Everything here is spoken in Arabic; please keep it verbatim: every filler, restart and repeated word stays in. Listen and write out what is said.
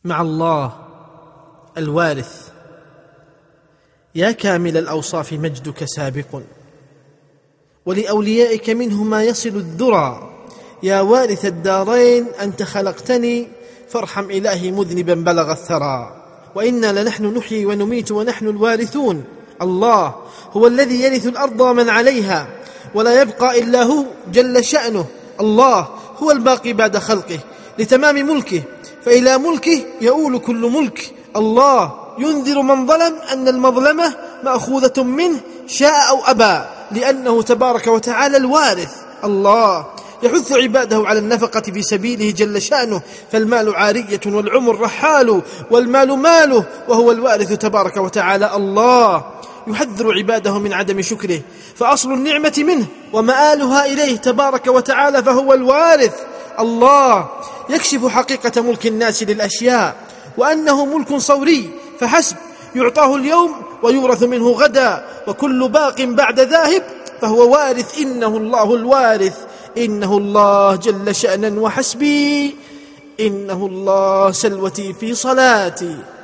مع الله الوارث. يا كامل الأوصاف مجدك سابق، ولأوليائك منه ما يصل الذرى. يا وارث الدارين أنت خلقتني، فارحم إلهي مذنبا بلغ الثرى. وإنا لنحن نحيي ونميت ونحن الوارثون. الله هو الذي يرث الأرض ومن عليها، ولا يبقى إلا هو جل شأنه. الله هو الباقي بعد خلقه لتمام ملكه، فإلى ملكه يؤول كل ملك. الله ينذر من ظلم أن المظلمة مأخوذة منه شاء أو أبى، لأنه تبارك وتعالى الوارث. الله يحث عباده على النفقة في سبيله جل شأنه، فالمال عارية والعمر رحال، والمال ماله وهو الوارث تبارك وتعالى. الله يحذر عباده من عدم شكره، فأصل النعمة منه ومآلها إليه تبارك وتعالى، فهو الوارث. الله يكشف حقيقة ملك الناس للأشياء، وأنه ملك صوري فحسب، يعطاه اليوم ويورث منه غدا، وكل باق بعد ذاهب فهو وارث. إنه الله الوارث، إنه الله جل شأنا وحسبي، إنه الله سلوتي في صلاتي.